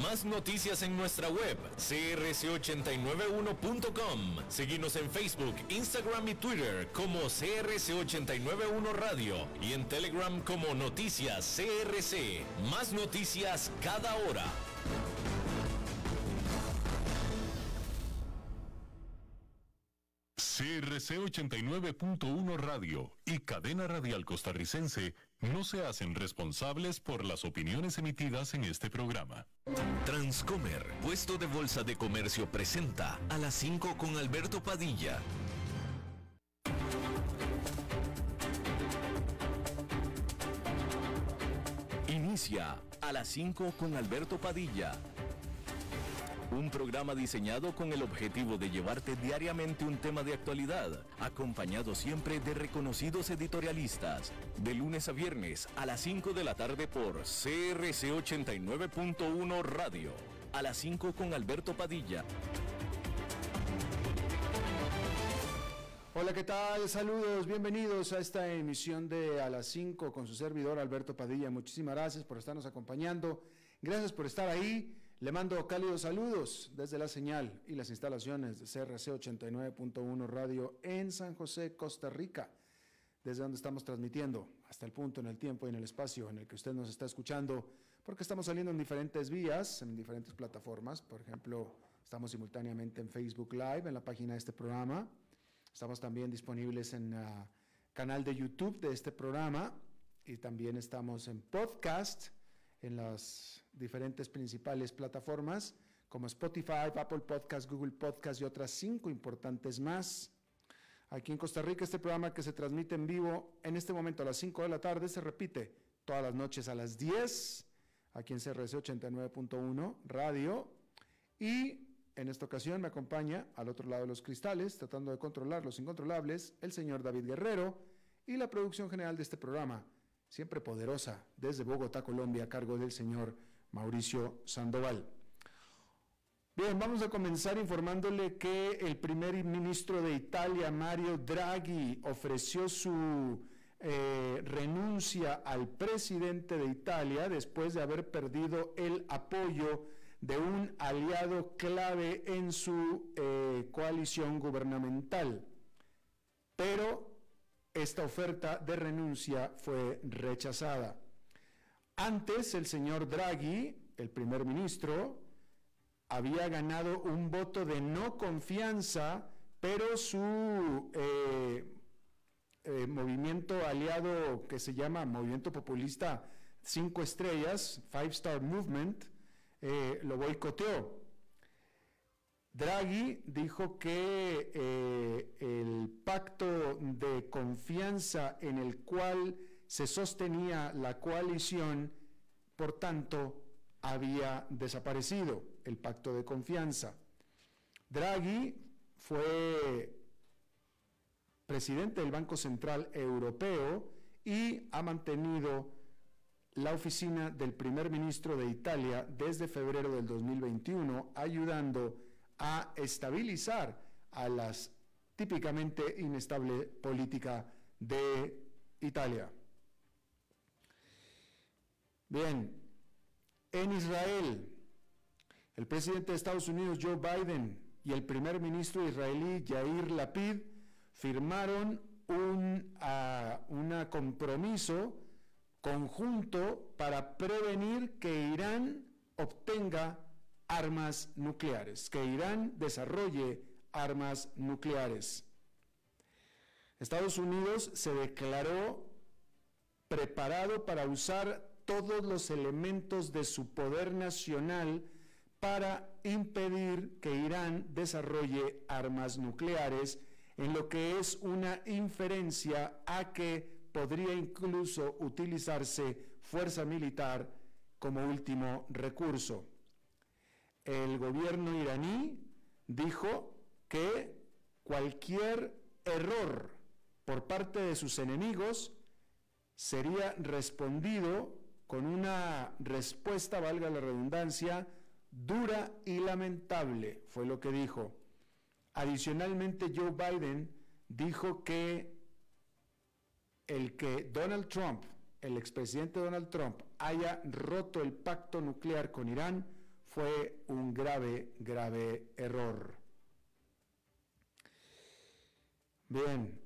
Más noticias en nuestra web, crc891.com. Seguinos en Facebook, Instagram y Twitter como CRC891 Radio y en Telegram como Noticias CRC. Más noticias cada hora. CRC 89.1 Radio y Cadena Radial Costarricense no se hacen responsables por las opiniones emitidas en este programa. Transcomer, puesto de bolsa de comercio, presenta A las 5 con Alberto Padilla. Inicia A las 5 con Alberto Padilla. Un programa diseñado con el objetivo de llevarte diariamente un tema de actualidad, acompañado siempre de reconocidos editorialistas, de lunes a viernes a las 5 de la tarde por CRC 89.1 Radio. A las 5 con Alberto Padilla. Hola, ¿qué tal? Saludos, bienvenidos a esta emisión de A las 5 con su servidor Alberto Padilla. Muchísimas gracias por estarnos acompañando. Gracias por estar ahí. Le mando cálidos saludos desde la señal y las instalaciones de CRC 89.1 Radio en San José, Costa Rica, desde donde estamos transmitiendo hasta el punto, en el tiempo y en el espacio en el que usted nos está escuchando, porque estamos saliendo en diferentes vías, en diferentes plataformas. Por ejemplo, estamos simultáneamente en Facebook Live, en la página de este programa. Estamos también disponibles en el canal de YouTube de este programa y también estamos en podcast, en las diferentes principales plataformas como Spotify, Apple Podcast, Google Podcast y otras 5 importantes más. Aquí en Costa Rica, este programa que se transmite en vivo en este momento a las 5 de la tarde se repite todas las noches a las 10 aquí en CRC 89.1 Radio, y en esta ocasión me acompaña al otro lado de los cristales, tratando de controlar los incontrolables, el señor David Guerrero, y la producción general de este programa, siempre poderosa, desde Bogotá, Colombia, a cargo del señor Mauricio Sandoval. Bien, vamos a comenzar informándole que el primer ministro de Italia, Mario Draghi, ofreció su renuncia al presidente de Italia después de haber perdido el apoyo de un aliado clave en su coalición gubernamental. Pero esta oferta de renuncia fue rechazada. Antes, el señor Draghi, el primer ministro, había ganado un voto de no confianza, pero su movimiento aliado, que se llama Movimiento Populista 5 Estrellas, Five Star Movement, lo boicoteó. Draghi dijo que el pacto de confianza en el cual se sostenía la coalición, por tanto, había desaparecido el pacto de confianza. Draghi fue presidente del Banco Central Europeo y ha mantenido la oficina del primer ministro de Italia desde febrero del 2021, ayudando a estabilizar a la típicamente inestable política de Italia. Bien, en Israel, el presidente de Estados Unidos, Joe Biden, y el primer ministro israelí, Yair Lapid, firmaron un compromiso conjunto para prevenir que Irán obtenga armas nucleares, que Irán desarrolle armas nucleares. Estados Unidos se declaró preparado para usar todos los elementos de su poder nacional para impedir que Irán desarrolle armas nucleares, en lo que es una inferencia a que podría incluso utilizarse fuerza militar como último recurso. El gobierno iraní dijo que cualquier error por parte de sus enemigos sería respondido con una respuesta, valga la redundancia, dura y lamentable, fue lo que dijo. Adicionalmente, Joe Biden dijo que el que Donald Trump, el expresidente Donald Trump, haya roto el pacto nuclear con Irán fue un grave, grave error. Bien,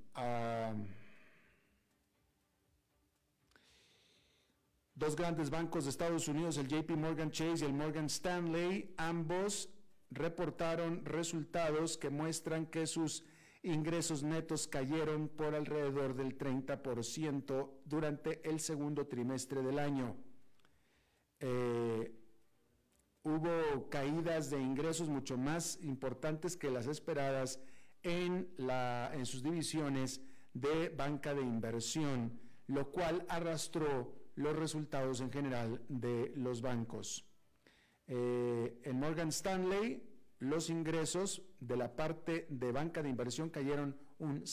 dos grandes bancos de Estados Unidos, el JP Morgan Chase y el Morgan Stanley, ambos reportaron resultados que muestran que sus ingresos netos cayeron por alrededor del 30% durante el segundo trimestre del año. Hubo caídas de ingresos mucho más importantes que las esperadas en sus divisiones de banca de inversión, lo cual arrastró los resultados en general de los bancos. En Morgan Stanley, los ingresos de la parte de banca de inversión cayeron un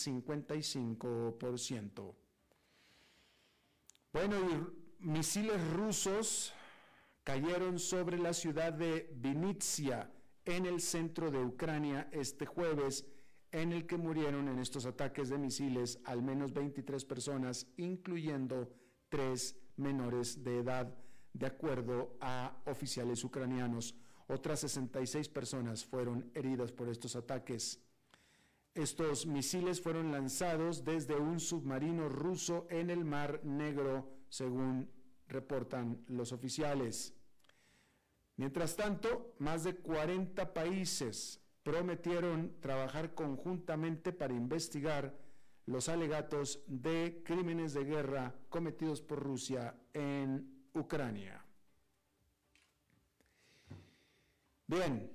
55%. Bueno, y misiles rusos cayeron sobre la ciudad de Vinnytsia, en el centro de Ucrania, este jueves, en el que murieron en estos ataques de misiles al menos 23 personas, incluyendo 3 menores de edad, de acuerdo a oficiales ucranianos. Otras 66 personas fueron heridas por estos ataques. Estos misiles fueron lanzados desde un submarino ruso en el Mar Negro, según reportan los oficiales. Mientras tanto, más de 40 países prometieron trabajar conjuntamente para investigar los alegatos de crímenes de guerra cometidos por Rusia en Ucrania. Bien,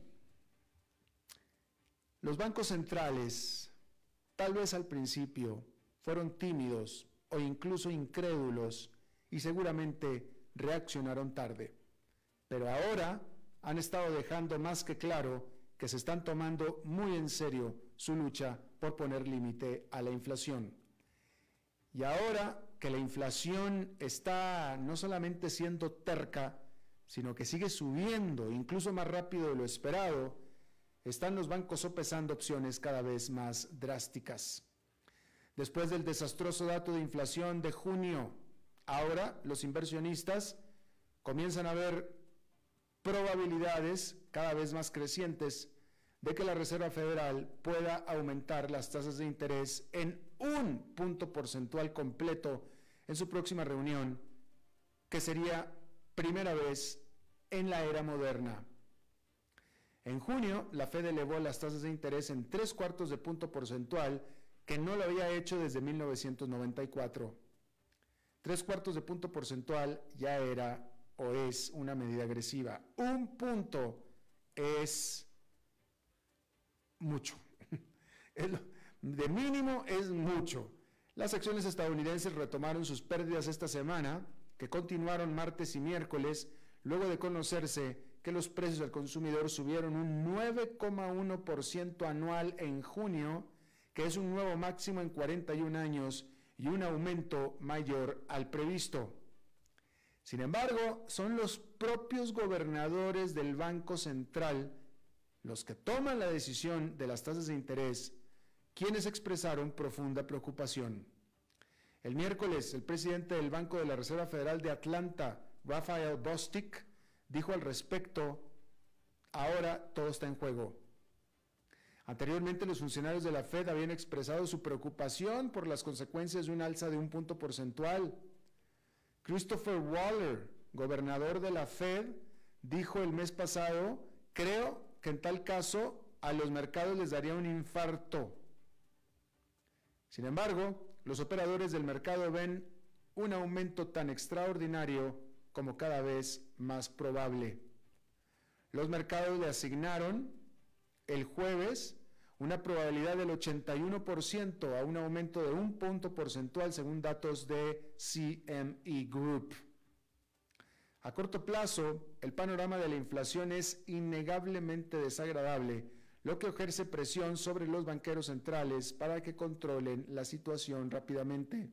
los bancos centrales, tal vez al principio, fueron tímidos o incluso incrédulos y seguramente reaccionaron tarde. Pero ahora han estado dejando más que claro que se están tomando muy en serio su lucha por poner límite a la inflación. Y ahora que la inflación está no solamente siendo terca, sino que sigue subiendo, incluso más rápido de lo esperado, están los bancos sopesando opciones cada vez más drásticas. Después del desastroso dato de inflación de junio, ahora los inversionistas comienzan a ver probabilidades cada vez más crecientes de que la Reserva Federal pueda aumentar las tasas de interés en 1 punto porcentual completo en su próxima reunión, que sería primera vez en la era moderna. En junio, la Fed elevó las tasas de interés en 0,75 puntos porcentual, que no lo había hecho desde 1994. 0,75 puntos porcentual ya era o es una medida agresiva. 1 punto es mucho. De mínimo es mucho. Las acciones estadounidenses retomaron sus pérdidas esta semana, que continuaron martes y miércoles, luego de conocerse que los precios al consumidor subieron un 9,1% anual en junio, que es un nuevo máximo en 41 años y un aumento mayor al previsto. Sin embargo, son los propios gobernadores del Banco Central los que toman la decisión de las tasas de interés, quienes expresaron profunda preocupación. El miércoles, el presidente del Banco de la Reserva Federal de Atlanta, Raphael Bostic, dijo al respecto: ahora todo está en juego. Anteriormente, los funcionarios de la Fed habían expresado su preocupación por las consecuencias de un alza de 1 punto porcentual. Christopher Waller, gobernador de la Fed, dijo el mes pasado: creo que en tal caso a los mercados les daría un infarto. Sin embargo, los operadores del mercado ven un aumento tan extraordinario como cada vez más probable. Los mercados le asignaron el jueves una probabilidad del 81% a un aumento de 1 punto porcentual según datos de CME Group. A corto plazo, el panorama de la inflación es innegablemente desagradable, lo que ejerce presión sobre los banqueros centrales para que controlen la situación rápidamente.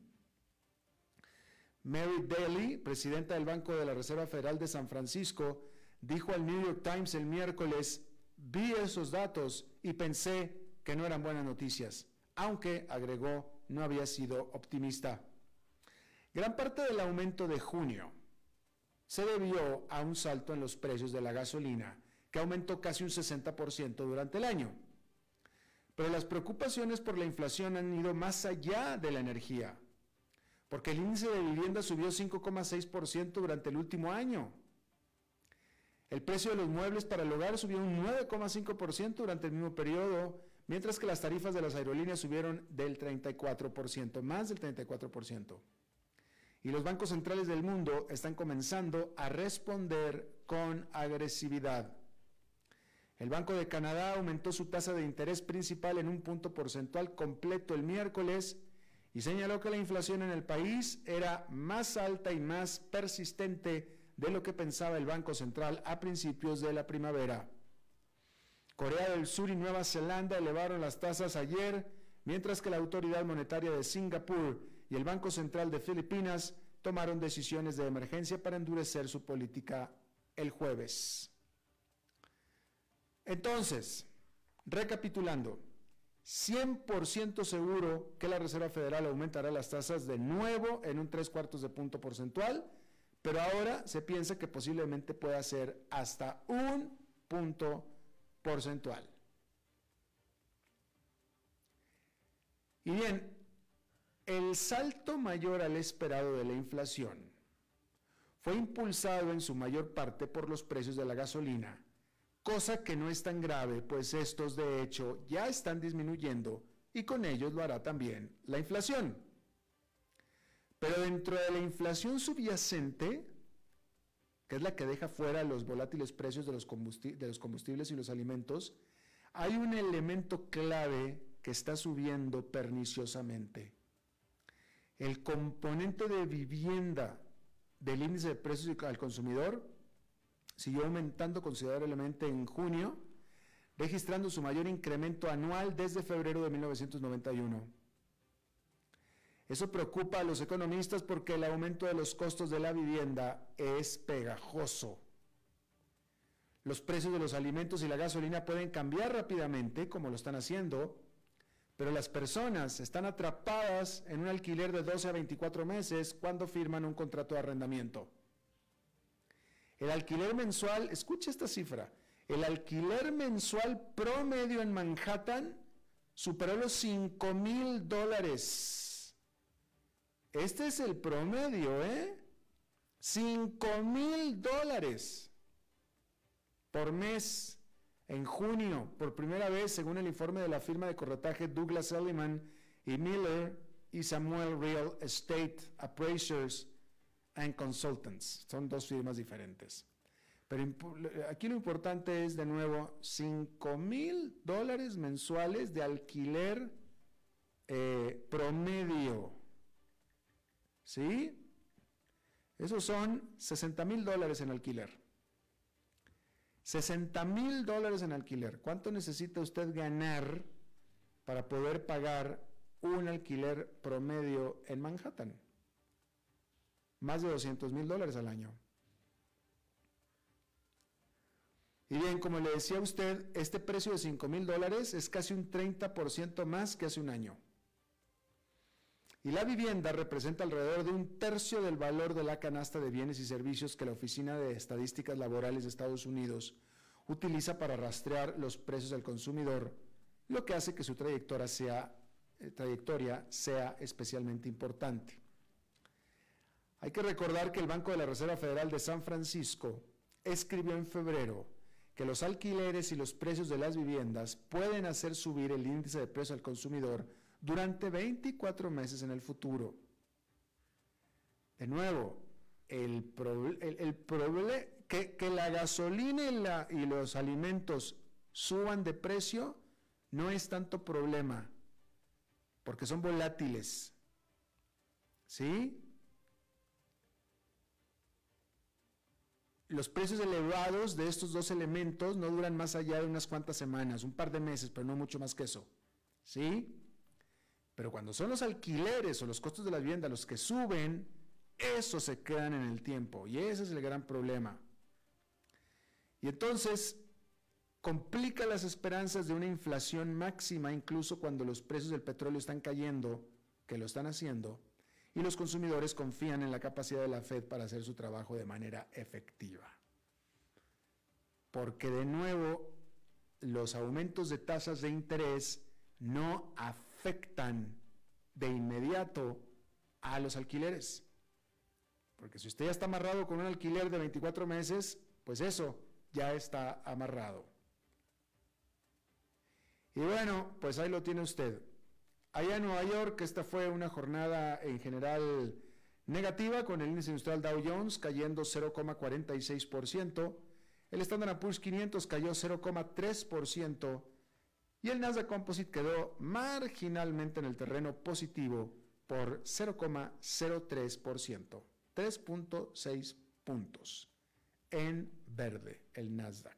Mary Daly, presidenta del Banco de la Reserva Federal de San Francisco, dijo al New York Times el miércoles: vi esos datos y pensé que no eran buenas noticias, aunque, agregó, no había sido optimista. Gran parte del aumento de junio se debió a un salto en los precios de la gasolina, que aumentó casi un 60% durante el año. Pero las preocupaciones por la inflación han ido más allá de la energía, porque el índice de vivienda subió 5,6% durante el último año. El precio de los muebles para el hogar subió un 9,5% durante el mismo periodo, mientras que las tarifas de las aerolíneas subieron del 34%, más del 34%. Y los bancos centrales del mundo están comenzando a responder con agresividad. El Banco de Canadá aumentó su tasa de interés principal en un punto porcentual completo el miércoles y señaló que la inflación en el país era más alta y más persistente de lo que pensaba el Banco Central a principios de la primavera. Corea del Sur y Nueva Zelanda elevaron las tasas ayer, mientras que la Autoridad Monetaria de Singapur y el Banco Central de Filipinas tomaron decisiones de emergencia para endurecer su política el jueves. Entonces, recapitulando, 100% seguro que la Reserva Federal aumentará las tasas de nuevo en un 3/4 de punto porcentual, pero ahora se piensa que posiblemente pueda ser hasta un punto porcentual. Y bien, el salto mayor al esperado de la inflación fue impulsado en su mayor parte por los precios de la gasolina, cosa que no es tan grave, pues estos de hecho ya están disminuyendo y con ellos lo hará también la inflación. Pero dentro de la inflación subyacente, que es la que deja fuera los volátiles precios de los combustibles y los alimentos, hay un elemento clave que está subiendo perniciosamente. El componente de vivienda del índice de precios al consumidor siguió aumentando considerablemente en junio, registrando su mayor incremento anual desde febrero de 1991. Eso preocupa a los economistas porque el aumento de los costos de la vivienda es pegajoso. Los precios de los alimentos y la gasolina pueden cambiar rápidamente, como lo están haciendo, pero las personas están atrapadas en un alquiler de 12 a 24 meses cuando firman un contrato de arrendamiento. El alquiler mensual, escucha esta cifra, el alquiler mensual promedio en Manhattan superó los $5,000. Este es el promedio, $5,000 por mes en junio, por primera vez, según el informe de la firma de corretaje Douglas Elliman y Miller y Samuel Real Estate Appraisers and Consultants. Son dos firmas diferentes. Pero aquí lo importante es, de nuevo, $5,000 mensuales de alquiler promedio. ¿Sí? Esos son $60,000 en alquiler. $60,000 en alquiler. ¿Cuánto necesita usted ganar para poder pagar un alquiler promedio en Manhattan? Más de $200,000 al año. Y bien, como le decía a usted, este precio de $5,000 es casi un 30% más que hace un año. Y la vivienda representa alrededor de un tercio del valor de la canasta de bienes y servicios que la Oficina de Estadísticas Laborales de Estados Unidos utiliza para rastrear los precios al consumidor, lo que hace que su trayectoria sea especialmente importante. Hay que recordar que el Banco de la Reserva Federal de San Francisco escribió en febrero que los alquileres y los precios de las viviendas pueden hacer subir el índice de precio al consumidor durante 24 meses en el futuro. De nuevo, que la gasolina y los alimentos suban de precio no es tanto problema, porque son volátiles. ¿Sí? Los precios elevados de estos dos elementos no duran más allá de unas cuantas semanas, un par de meses, pero no mucho más que eso. ¿Sí? Pero cuando son los alquileres o los costos de la vivienda los que suben, esos se quedan en el tiempo y ese es el gran problema. Y entonces complica las esperanzas de una inflación máxima incluso cuando los precios del petróleo están cayendo, que lo están haciendo, y los consumidores confían en la capacidad de la Fed para hacer su trabajo de manera efectiva. Porque de nuevo, los aumentos de tasas de interés no afectan de inmediato a los alquileres. Porque si usted ya está amarrado con un alquiler de 24 meses, pues eso ya está amarrado. Y bueno, pues ahí lo tiene usted. Allá en Nueva York, esta fue una jornada en general negativa, con el índice industrial Dow Jones cayendo 0,46%, el Standard & Poor's 500 cayó 0,3% y el Nasdaq Composite quedó marginalmente en el terreno positivo por 0,03%, 3.6 puntos en verde el Nasdaq.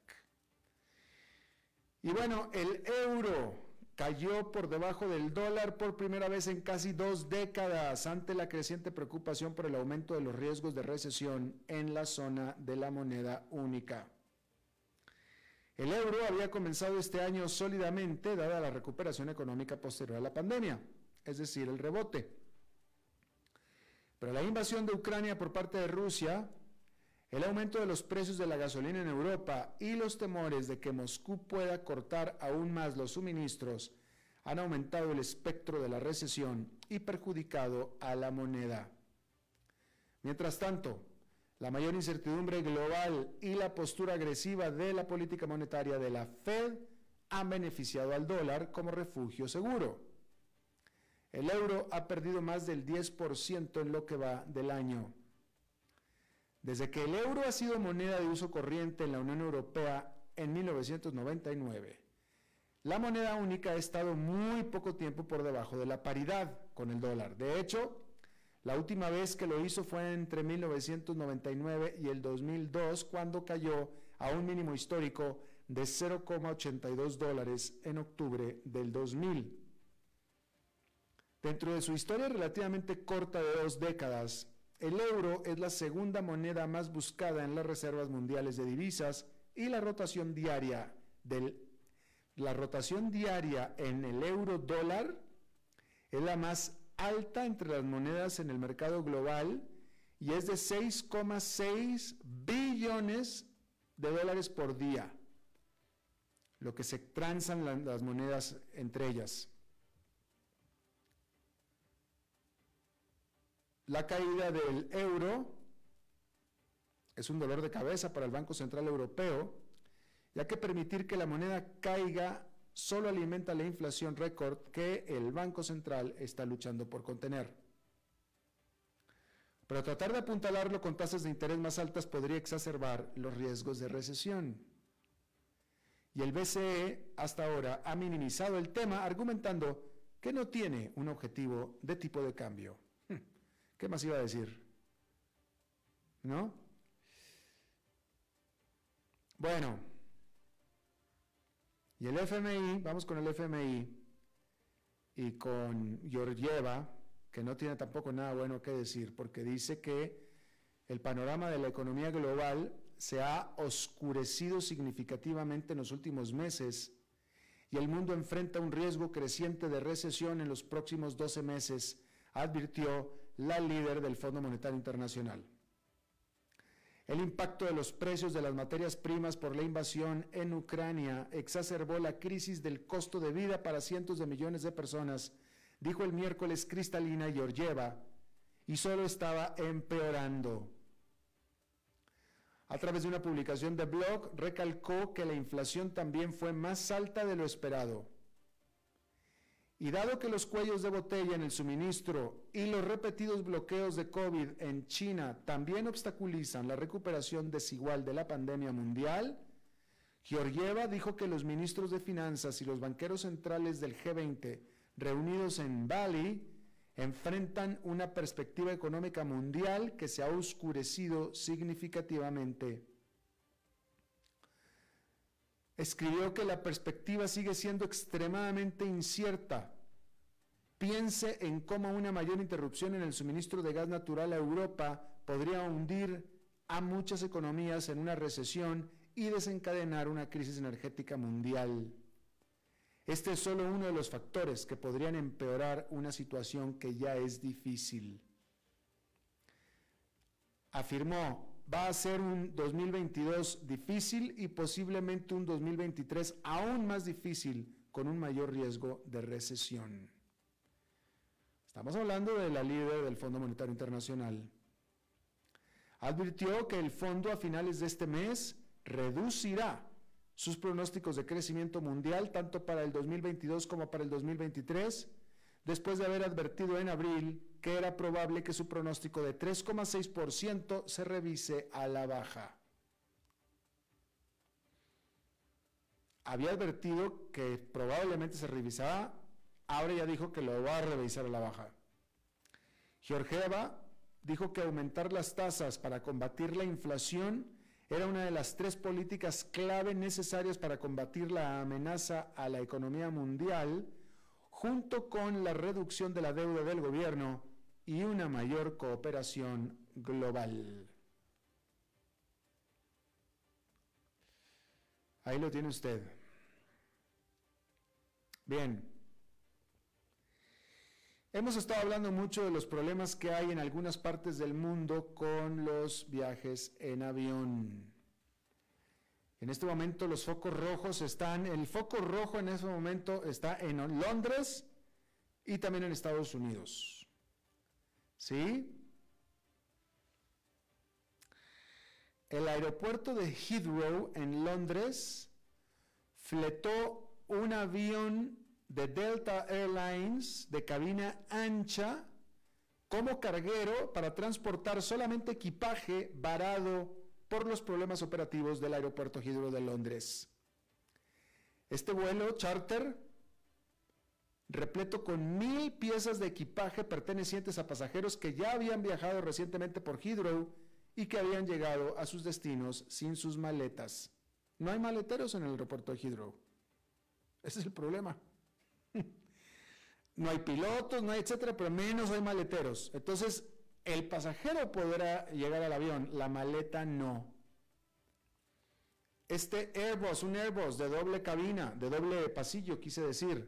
Y bueno, el euro cayó por debajo del dólar por primera vez en casi 2 décadas ante la creciente preocupación por el aumento de los riesgos de recesión en la zona de la moneda única. El euro había comenzado este año sólidamente dada la recuperación económica posterior a la pandemia, es decir, el rebote. Pero la invasión de Ucrania por parte de Rusia, el aumento de los precios de la gasolina en Europa y los temores de que Moscú pueda cortar aún más los suministros han aumentado el espectro de la recesión y perjudicado a la moneda. Mientras tanto, la mayor incertidumbre global y la postura agresiva de la política monetaria de la Fed han beneficiado al dólar como refugio seguro. El euro ha perdido más del 10% en lo que va del año. Desde que el euro ha sido moneda de uso corriente en la Unión Europea en 1999, la moneda única ha estado muy poco tiempo por debajo de la paridad con el dólar. De hecho, la última vez que lo hizo fue entre 1999 y el 2002, cuando cayó a un mínimo histórico de $0,82 en octubre del 2000. Dentro de su historia relativamente corta de 2 décadas, el euro es la segunda moneda más buscada en las reservas mundiales de divisas y la rotación diaria en el euro dólar es la más alta entre las monedas en el mercado global y es de 6,6 billones de dólares por día, lo que se transan las monedas entre ellas. La caída del euro es un dolor de cabeza para el Banco Central Europeo, ya que permitir que la moneda caiga solo alimenta la inflación récord que el Banco Central está luchando por contener. Pero tratar de apuntalarlo con tasas de interés más altas podría exacerbar los riesgos de recesión. Y el BCE hasta ahora ha minimizado el tema argumentando que no tiene un objetivo de tipo de cambio. ¿Qué más iba a decir? ¿No? Bueno, y el FMI, vamos con el FMI y con Georgieva, que no tiene tampoco nada bueno que decir, porque dice que el panorama de la economía global se ha oscurecido significativamente en los últimos meses y el mundo enfrenta un riesgo creciente de recesión en los próximos 12 meses, advirtió la líder del Fondo Monetario Internacional. El impacto de los precios de las materias primas por la invasión en Ucrania exacerbó la crisis del costo de vida para cientos de millones de personas, dijo el miércoles Kristalina Georgieva, y solo estaba empeorando. A través de una publicación de blog, recalcó que la inflación también fue más alta de lo esperado. Y dado que los cuellos de botella en el suministro y los repetidos bloqueos de COVID en China también obstaculizan la recuperación desigual de la pandemia mundial, Georgieva dijo que los ministros de finanzas y los banqueros centrales del G20 reunidos en Bali enfrentan una perspectiva económica mundial que se ha oscurecido significativamente. Escribió que la perspectiva sigue siendo extremadamente incierta. Piense en cómo una mayor interrupción en el suministro de gas natural a Europa podría hundir a muchas economías en una recesión y desencadenar una crisis energética mundial. Este es solo uno de los factores que podrían empeorar una situación que ya es difícil. afirmó, va a ser un 2022 difícil y posiblemente un 2023 aún más difícil, con un mayor riesgo de recesión. Estamos hablando de la líder del Fondo Monetario Internacional. Advirtió que el fondo a finales de este mes reducirá sus pronósticos de crecimiento mundial tanto para el 2022 como para el 2023, después de haber advertido en abril que era probable que su pronóstico de 3,6% se revise a la baja. Había advertido que probablemente se revisaba, ahora ya dijo que lo va a revisar a la baja. Georgieva dijo que aumentar las tasas para combatir la inflación era una de las 3 políticas clave necesarias para combatir la amenaza a la economía mundial, junto con la reducción de la deuda del gobierno y una mayor cooperación global. Ahí lo tiene usted. Bien. Hemos estado hablando mucho de los problemas que hay en algunas partes del mundo con los viajes en avión. En este momento los focos rojos el foco rojo en este momento está en Londres y también en Estados Unidos. ¿Sí? El aeropuerto de Heathrow en Londres fletó un avión de Delta Airlines de cabina ancha como carguero para transportar solamente equipaje varado por los problemas operativos del aeropuerto Heathrow de Londres. Este vuelo charter, repleto con 1,000 piezas de equipaje pertenecientes a pasajeros que ya habían viajado recientemente por Heathrow y que habían llegado a sus destinos sin sus maletas. No hay maleteros en el aeropuerto de Heathrow. Ese es el problema. No hay pilotos, no hay etcétera, pero menos hay maleteros. Entonces, el pasajero podrá llegar al avión, la maleta no. Un Airbus de doble cabina, de doble pasillo, quise decir,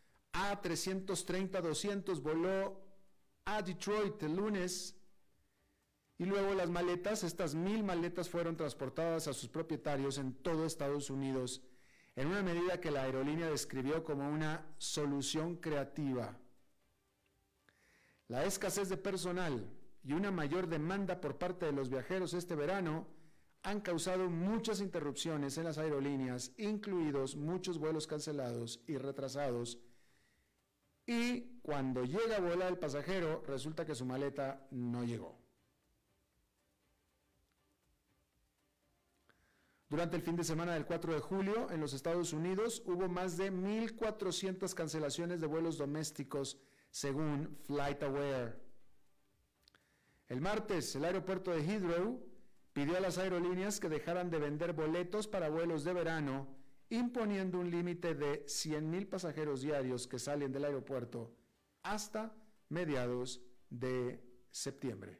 A330-200 voló a Detroit el lunes y luego las maletas, estas 1,000 maletas fueron transportadas a sus propietarios en todo Estados Unidos en una medida que la aerolínea describió como una solución creativa. La escasez de personal y una mayor demanda por parte de los viajeros este verano han causado muchas interrupciones en las aerolíneas, incluidos muchos vuelos cancelados y retrasados. Y cuando llega a volar el pasajero, resulta que su maleta no llegó. Durante el fin de semana del 4 de julio, en los Estados Unidos, hubo más de 1,400 cancelaciones de vuelos domésticos, según FlightAware. El martes, el aeropuerto de Heathrow pidió a las aerolíneas que dejaran de vender boletos para vuelos de verano, imponiendo un límite de 100,000 pasajeros diarios que salen del aeropuerto hasta mediados de septiembre.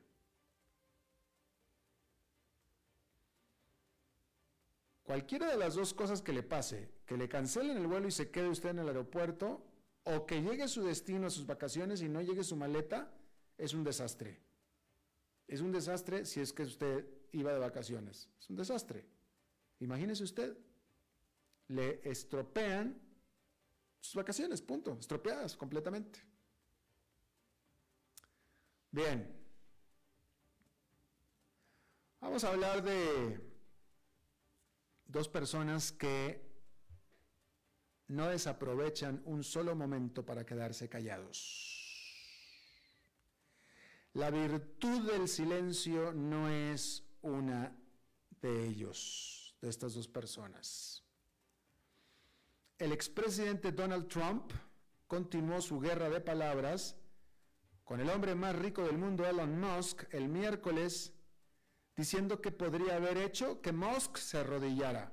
Cualquiera de las dos cosas que le pase, que le cancelen el vuelo y se quede usted en el aeropuerto, o que llegue a su destino, a sus vacaciones y no llegue su maleta, es un desastre. Es un desastre si es que usted iba de vacaciones. Es un desastre. Imagínese usted, le estropean sus vacaciones, punto, estropeadas completamente. Bien. Vamos a hablar de 2 personas que no desaprovechan un solo momento para quedarse callados. La virtud del silencio no es una de ellos, de estas 2 personas. El expresidente Donald Trump continuó su guerra de palabras con el hombre más rico del mundo, Elon Musk, el miércoles, diciendo que podría haber hecho que Musk se arrodillara.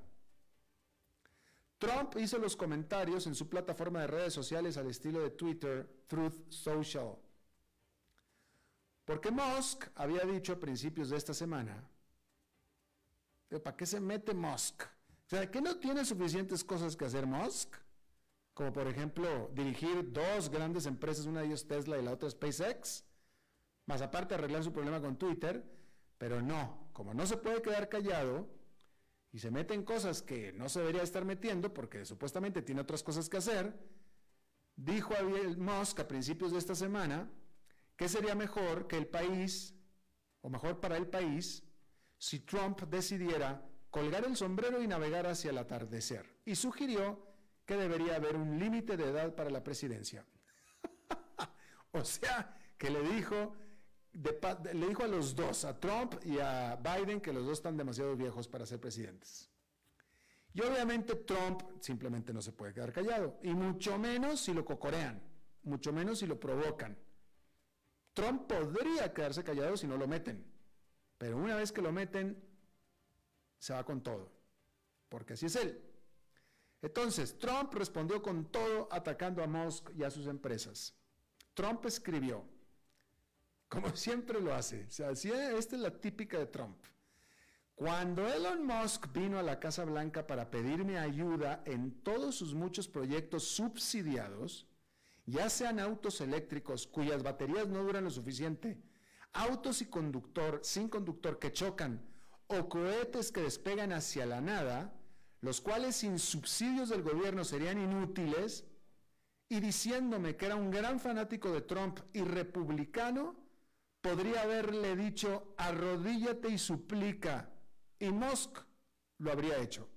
Trump hizo los comentarios en su plataforma de redes sociales al estilo de Twitter, Truth Social. Porque Musk había dicho a principios de esta semana, ¿para qué se mete Musk? O sea, ¿que no tiene suficientes cosas que hacer Musk? Como por ejemplo, dirigir 2 grandes empresas, una de ellas Tesla y la otra SpaceX, más aparte arreglar su problema con Twitter. Pero no, como no se puede quedar callado y se mete en cosas que no se debería estar metiendo porque supuestamente tiene otras cosas que hacer, dijo a Musk a principios de esta semana que sería mejor que el país, o mejor para el país, si Trump decidiera colgar el sombrero y navegar hacia el atardecer. Y sugirió que debería haber un límite de edad para la presidencia. O sea, que le dijo a los dos, a Trump y a Biden, que los dos están demasiado viejos para ser presidentes. Y obviamente Trump simplemente no se puede quedar callado, y mucho menos si lo cocorean, mucho menos si lo provocan. Trump podría quedarse callado si no lo meten, pero una vez que lo meten, se va con todo, porque así es él. Entonces, Trump respondió con todo atacando a Musk y a sus empresas. Trump escribió, como siempre lo hace, o sea, esta es la típica de Trump. Cuando Elon Musk vino a la Casa Blanca para pedirme ayuda en todos sus muchos proyectos subsidiados, ya sean autos eléctricos cuyas baterías no duran lo suficiente, autos sin conductor que chocan, o cohetes que despegan hacia la nada, los cuales sin subsidios del gobierno serían inútiles, y diciéndome que era un gran fanático de Trump y republicano, podría haberle dicho, arrodíllate y suplica, y Musk lo habría hecho.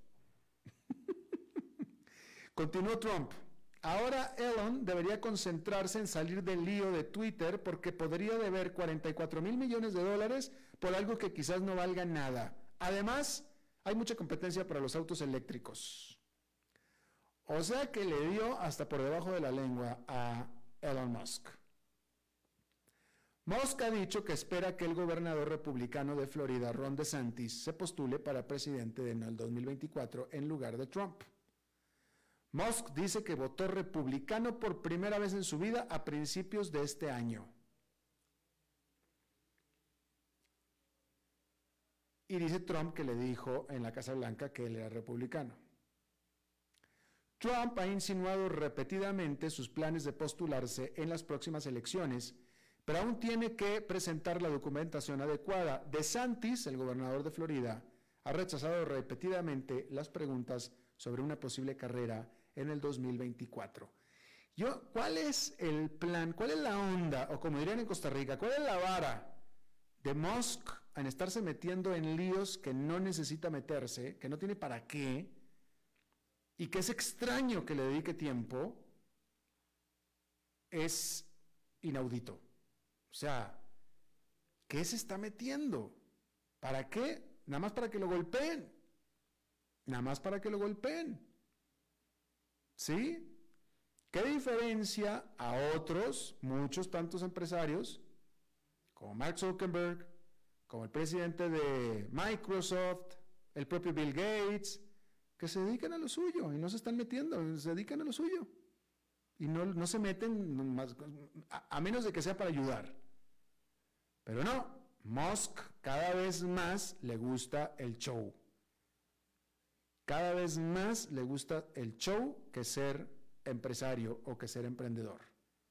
Continuó Trump. Ahora Elon debería concentrarse en salir del lío de Twitter porque podría deber $44,000 millones por algo que quizás no valga nada. Además, hay mucha competencia para los autos eléctricos. O sea que le dio hasta por debajo de la lengua a Elon Musk. Musk ha dicho que espera que el gobernador republicano de Florida, Ron DeSantis, se postule para presidente en el 2024 en lugar de Trump. Musk dice que votó republicano por primera vez en su vida a principios de este año. Y dice Trump que le dijo en la Casa Blanca que él era republicano. Trump ha insinuado repetidamente sus planes de postularse en las próximas elecciones, pero aún tiene que presentar la documentación adecuada. DeSantis, el gobernador de Florida, ha rechazado repetidamente las preguntas sobre una posible carrera en el 2024. ¿Cuál es el plan? ¿Cuál es la onda? O como dirían en Costa Rica, ¿cuál es la vara de Musk en estarse metiendo en líos que no necesita meterse, que no tiene para qué, y que es extraño que le dedique tiempo? Es inaudito. O sea, ¿qué se está metiendo? ¿Para qué? Nada más para que lo golpeen. Nada más para que lo golpeen. ¿Sí? ¿Qué diferencia a otros, muchos tantos empresarios, como Mark Zuckerberg, como el presidente de Microsoft, el propio Bill Gates, que se dedican a lo suyo y no se están metiendo, se dedican a lo suyo? Y no se meten, más, a menos de que sea para ayudar. Pero no, Musk cada vez más le gusta el show. Cada vez más le gusta el show que ser empresario o que ser emprendedor.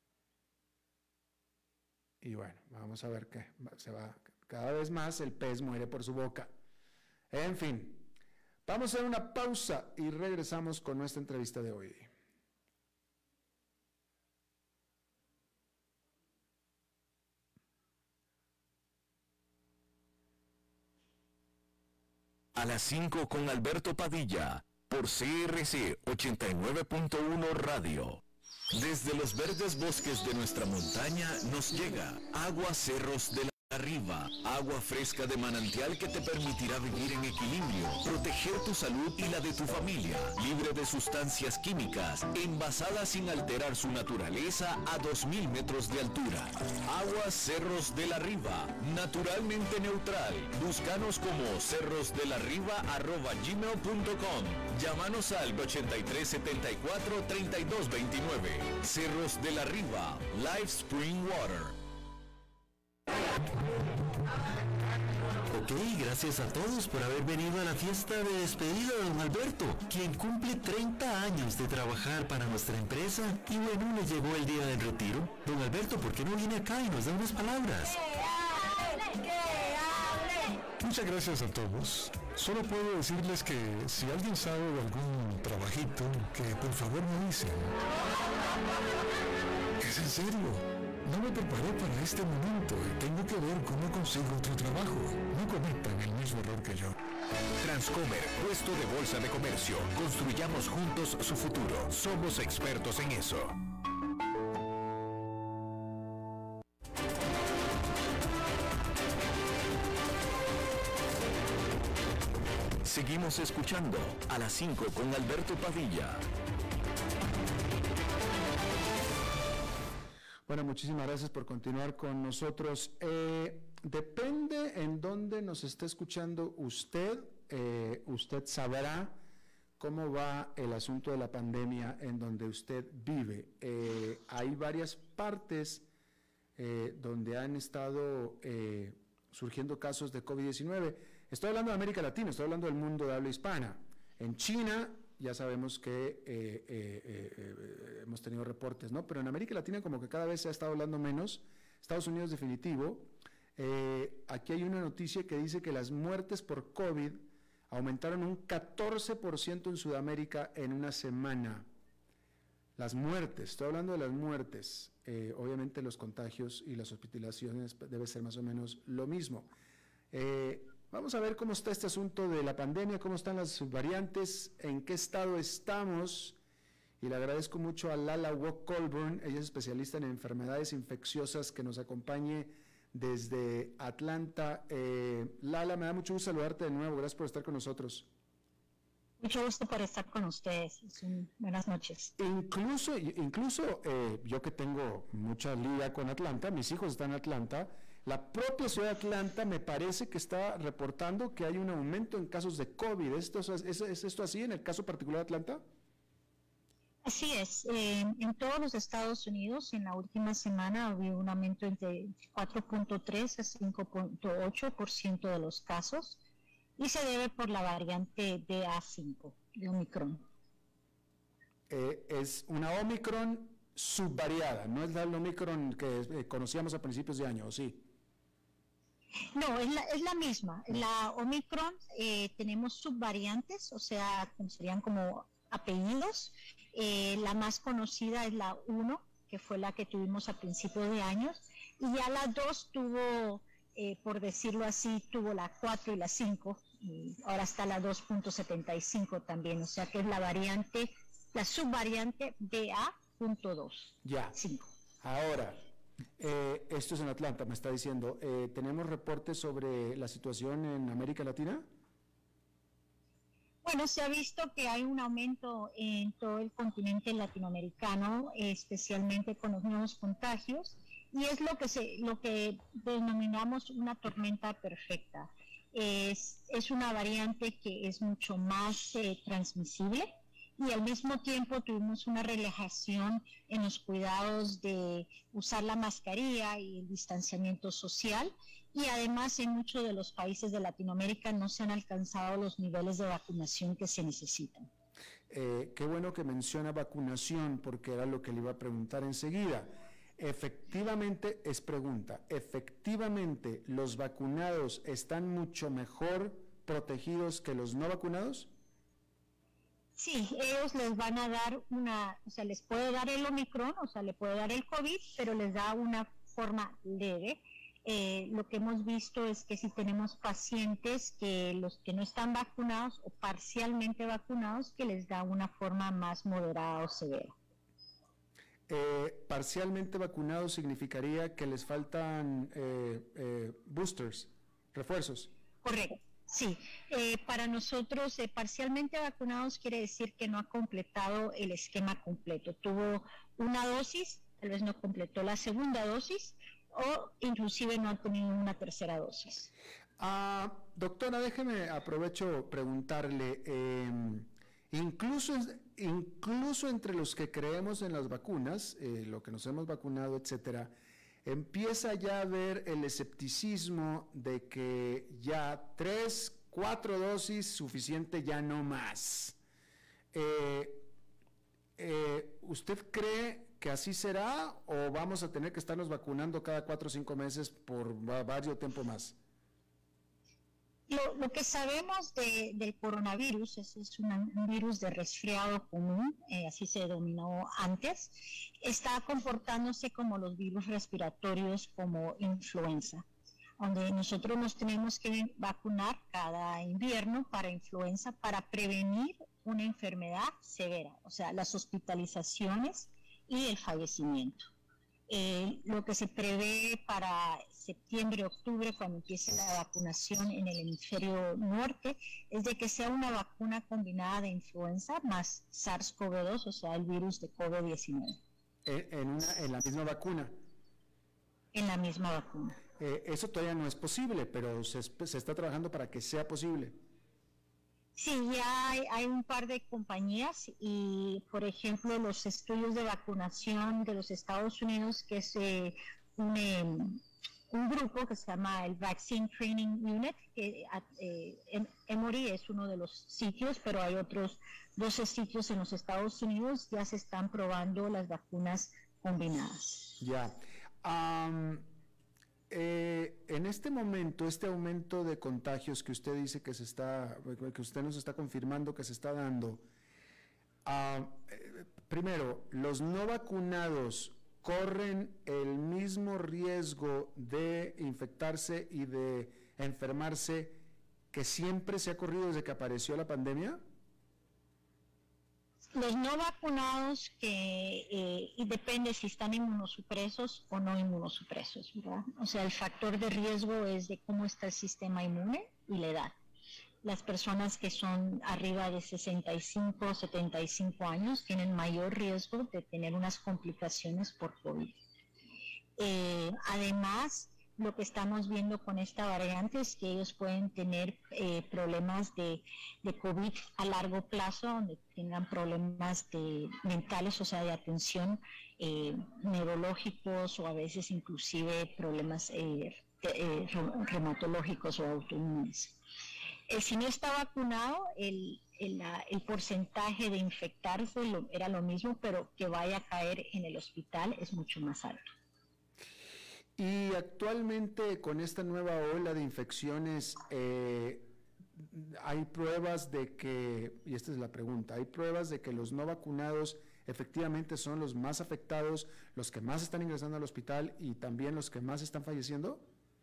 Y bueno, vamos a ver qué se va. Cada vez más el pez muere por su boca. En fin, vamos a hacer una pausa y regresamos con nuestra entrevista de hoy. A las 5 con Alberto Padilla, por CRC 89.1 Radio. Desde los verdes bosques de nuestra montaña nos llega Agua Cerros de la Riva, agua fresca de manantial que te permitirá vivir en equilibrio, proteger tu salud y la de tu familia, libre de sustancias químicas, envasada sin alterar su naturaleza a 2.000 metros de altura. Agua Cerros de la Riva, naturalmente neutral. Búscanos como cerrosdelarriba@gmail.com. Llámanos al 8374-3229. Cerros de la Riva, Live Spring Water. Ok, gracias a todos por haber venido a la fiesta de despedida de don Alberto, quien cumple 30 años de trabajar para nuestra empresa y bueno, le llegó el día del retiro. Don Alberto, ¿por qué no viene acá y nos da unas palabras? ¡Que hable! Muchas gracias a todos. Solo puedo decirles que si alguien sabe de algún trabajito, que por favor me avisen. Es en serio. No me preparé para este momento y tengo que ver cómo consigo otro trabajo. No cometan el mismo error que yo. Transcomer, puesto de bolsa de comercio. Construyamos juntos su futuro. Somos expertos en eso. Seguimos escuchando a las 5 con Alberto Padilla. Bueno, muchísimas gracias por continuar con nosotros. Depende en dónde nos esté escuchando usted, usted sabrá cómo va el asunto de la pandemia en donde usted vive. Hay varias partes donde han estado surgiendo casos de COVID-19. Estoy hablando de América Latina, estoy hablando del mundo de habla hispana. En China ya sabemos que hemos tenido reportes, ¿no? Pero en América Latina como que cada vez se ha estado hablando menos. Estados Unidos definitivo. Aquí hay una noticia que dice que las muertes por COVID aumentaron un 14% en Sudamérica en una semana. Las muertes, estoy hablando de las muertes. Obviamente los contagios y las hospitalizaciones debe ser más o menos lo mismo. Vamos a ver cómo está este asunto de la pandemia, cómo están las variantes, en qué estado estamos. Y le agradezco mucho a Lala Wack-Colburn, ella es especialista en enfermedades infecciosas, que nos acompañe desde Atlanta. Lala, me da mucho gusto saludarte de nuevo, gracias por estar con nosotros. Mucho gusto por estar con ustedes. Buenas noches. Incluso yo que tengo mucha liga con Atlanta, mis hijos están en Atlanta, la propia ciudad de Atlanta me parece que está reportando que hay un aumento en casos de COVID. ¿Es esto así en el caso particular de Atlanta? Así es. En todos los Estados Unidos, en la última semana hubo un aumento entre 4.3 a 5.8% de los casos, y se debe por la variante BA5 de Omicron. Es una Omicron subvariada, no es la Omicron que conocíamos a principios de año, ¿o sí? No, es la misma. La Omicron tenemos subvariantes, o sea, serían como apellidos. La más conocida es la 1, que fue la que tuvimos a principios de años, y ya la 2 tuvo, por decirlo así, tuvo la 4 y la 5, y ahora está la 2.75 también, o sea que es la variante, la subvariante BA.2. Ya. 5. Ahora, esto es en Atlanta, me está diciendo. ¿Tenemos reportes sobre la situación en América Latina? Bueno, se ha visto que hay un aumento en todo el continente latinoamericano, especialmente con los nuevos contagios, y es lo que denominamos una tormenta perfecta. Es una variante que es mucho más transmisible, y al mismo tiempo tuvimos una relajación en los cuidados de usar la mascarilla y el distanciamiento social, y además en muchos de los países de Latinoamérica no se han alcanzado los niveles de vacunación que se necesitan. Qué bueno que menciona vacunación, porque era lo que le iba a preguntar enseguida. Efectivamente, ¿efectivamente los vacunados están mucho mejor protegidos que los no vacunados? Sí, ellos les van a dar les puede dar el Omicron, le puede dar el COVID, pero les da una forma leve. Lo que hemos visto es que si tenemos pacientes los que no están vacunados o parcialmente vacunados, que les da una forma más moderada o severa. Parcialmente vacunados significaría que les faltan boosters, refuerzos. Correcto, sí. Para nosotros, parcialmente vacunados quiere decir que no ha completado el esquema completo. Tuvo una dosis, tal vez no completó la segunda dosis, o inclusive no ha tenido una tercera dosis. Doctora, aprovecho preguntarle, incluso entre los que creemos en las vacunas, lo que nos hemos vacunado, etcétera, empieza ya a haber el escepticismo de que ya 3, 4 dosis suficiente, ya no más. ¿Usted cree que así será o vamos a tener que estarnos vacunando cada 4 o 5 meses por varios tiempo más? Lo que sabemos del coronavirus es un virus de resfriado común, así se denominó antes, está comportándose como los virus respiratorios, como influenza, donde nosotros nos tenemos que vacunar cada invierno para influenza para prevenir una enfermedad severa, o sea, las hospitalizaciones y el fallecimiento. Lo que se prevé para septiembre, octubre, cuando empiece la vacunación en el hemisferio norte, es de que sea una vacuna combinada de influenza más SARS-CoV-2, o sea, el virus de COVID-19. ¿En la misma vacuna? En la misma vacuna. Eso todavía no es posible, pero se está trabajando para que sea posible. Sí, ya hay un par de compañías y, por ejemplo, los estudios de vacunación de los Estados Unidos, que es un grupo que se llama el Vaccine Training Unit, que Emory es uno de los sitios, pero hay otros 12 sitios en los Estados Unidos, ya se están probando las vacunas combinadas. Ya. En este momento, este aumento de contagios que usted dice que usted nos está confirmando que se está dando, primero, ¿los no vacunados corren el mismo riesgo de infectarse y de enfermarse que siempre se ha corrido desde que apareció la pandemia? Los no vacunados, y depende si están inmunosupresos o no inmunosupresos, ¿verdad? O sea, el factor de riesgo es de cómo está el sistema inmune y la edad. Las personas que son arriba de 65 o 75 años tienen mayor riesgo de tener unas complicaciones por COVID. Además, lo que estamos viendo con esta variante es que ellos pueden tener problemas de COVID a largo plazo, donde tengan problemas mentales, o sea, de atención, neurológicos o a veces inclusive problemas reumatológicos o autoinmunes. Si no está vacunado, el porcentaje de infectarse era lo mismo, pero que vaya a caer en el hospital es mucho más alto. Y actualmente con esta nueva ola de infecciones, hay pruebas de que, y esta es la pregunta, ¿hay pruebas de que los no vacunados efectivamente son los más afectados, los que más están ingresando al hospital y también los que más están falleciendo?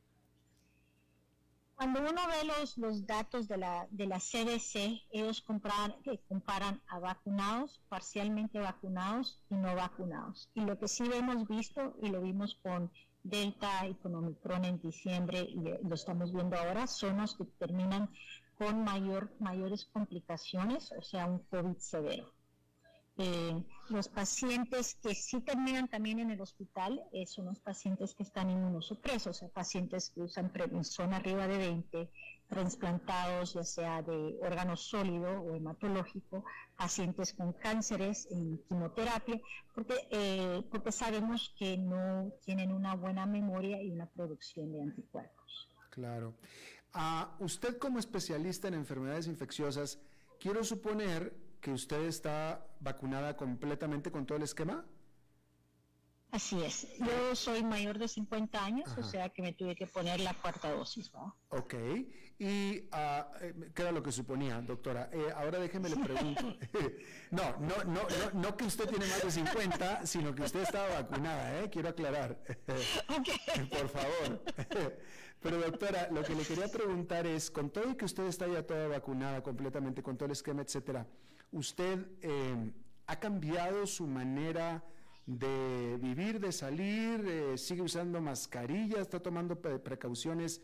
Cuando uno ve los datos de la CDC, ellos comparan a vacunados, parcialmente vacunados y no vacunados. Y lo que sí hemos visto, y lo vimos con Delta y con Omicron en diciembre, y lo estamos viendo ahora, son los que terminan con mayores complicaciones, o sea, un COVID severo. Los pacientes que sí terminan también en el hospital son los pacientes que están inmunosupresos, o sea, pacientes que usan prednisona arriba de 20, trasplantados ya sea de órgano sólido o hematológico, pacientes con cánceres en quimioterapia, porque sabemos que no tienen una buena memoria y una producción de anticuerpos. Claro. Usted como especialista en enfermedades infecciosas, quiero suponer que usted está vacunada completamente con todo el esquema. Así es. Yo soy mayor de 50 años, o sea que me tuve que poner la 4ª dosis, ¿no? Ok. ¿Y qué era lo que suponía, doctora? Ahora déjeme le pregunto. No que usted tiene más de 50, sino que usted estaba vacunada, quiero aclarar. Okay. Por favor. Pero doctora, lo que le quería preguntar es, con todo y que usted está ya toda vacunada completamente, con todo el esquema, etcétera, ¿usted ha cambiado su manera de vivir, de salir? ¿Sigue usando mascarilla? ¿Está tomando precauciones